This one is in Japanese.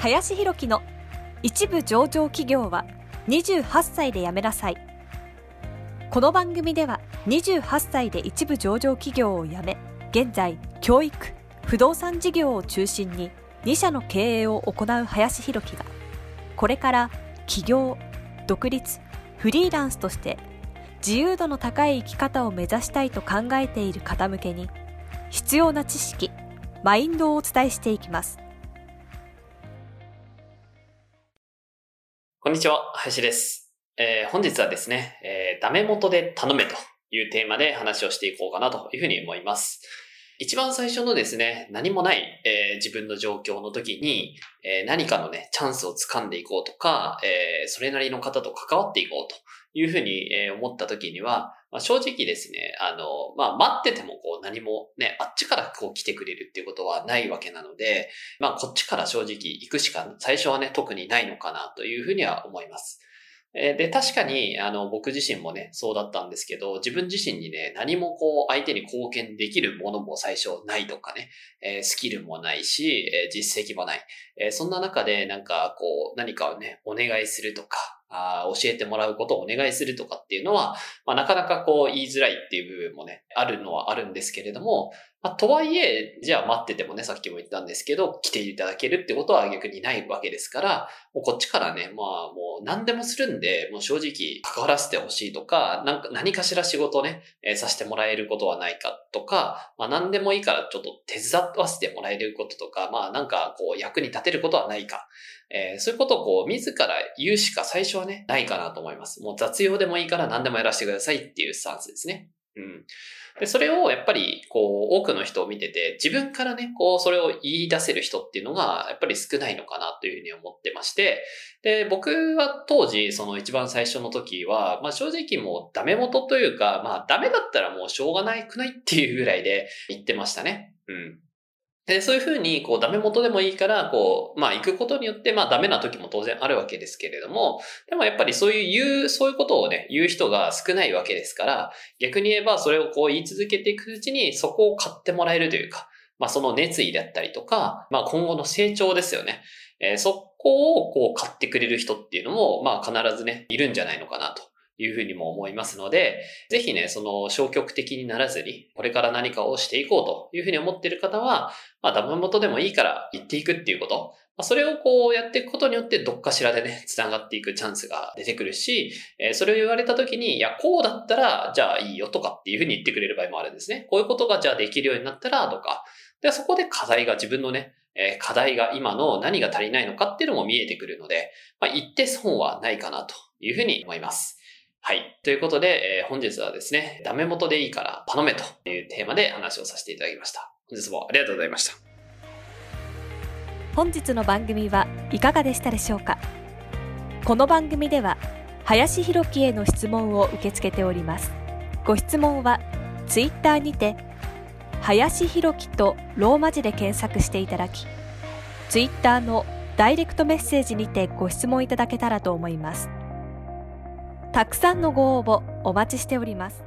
林弘樹の一部上場企業は28歳で辞めなさい。この番組では28歳で一部上場企業を辞め、現在教育、不動産事業を中心に2社の経営を行う林弘樹が、これから起業、独立、フリーランスとして自由度の高い生き方を目指したいと考えている方向けに、必要な知識、マインドをお伝えしていきます。 こんにちは、林です。本日はですね、ダメ元で頼めというテーマで話をしていこうかなというふうに思います。一番最初のですね、何もない、自分の状況の時に、何かのね、チャンスを掴んでいこうとか、それなりの方と関わっていこうというふうに、思った時には、正直ですね、待ってても何もね、あっちから来てくれるっていうことはないわけなので、こっちから正直行くしか最初はね、特にないのかなというふうには思います。で、確かに、僕自身もね、そうだったんですけど、自分自身にね、何も相手に貢献できるものも最初ないとかね、スキルもないし、実績もない。そんな中で、何かをね、お願いするとか、教えてもらうことをお願いするとかっていうのは、なかなか言いづらいっていう部分もね、あるのはあるんですけれども、とはいえ、じゃあ待っててもね、さっきも言ったんですけど、来ていただけるってことは逆にないわけですから、もうこっちからね、もう何でもするんで、もう正直関わらせてほしいとか、何かしら仕事をね、させてもらえることはないかとか、何でもいいからちょっと手伝わせてもらえることとか、役に立てることはないか、そういうことを自ら言うしか最初はね、ないかなと思います。もう雑用でもいいから何でもやらせてくださいっていうスタンスですね。で、それをやっぱり、多くの人を見てて、自分からね、それを言い出せる人っていうのが、やっぱり少ないのかなというふうに思ってまして、で、僕は当時、その一番最初の時は、正直もうダメ元というか、ダメだったらもうしょうがないくないっていうぐらいで言ってましたね。で、そういうふうに、ダメ元でもいいから、行くことによって、ダメな時も当然あるわけですけれども、でもやっぱりそういうことをね、言う人が少ないわけですから、逆に言えばそれを言い続けていくうちに、そこを買ってもらえるというか、その熱意だったりとか、今後の成長ですよね。そこを買ってくれる人っていうのも、必ずね、いるんじゃないのかなというふうにも思いますので、ぜひね、その消極的にならずに、これから何かをしていこうというふうに思っている方は、ダメ元でもいいから言っていくっていうこと。それをやっていくことによってどっかしらでね、繋がっていくチャンスが出てくるし、それを言われた時に、いや、こうだったら、じゃあいいよとかっていうふうに言ってくれる場合もあるんですね。こういうことがじゃあできるようになったらとか。で、そこで自分のね、課題が今の何が足りないのかっていうのも見えてくるので、言って損はないかなというふうに思います。はい。ということで、本日はですね、ダメ元でいいから頼めというテーマで話をさせていただきました。本日もありがとうございました。 本日の番組はいかがでしたでしょうか。この番組では林弘樹への質問を受け付けております。ご質問はツイッターにて林弘樹とローマ字で検索していただき、ツイッターのダイレクトメッセージにてご質問いただけたらと思います。たくさんのご応募お待ちしております。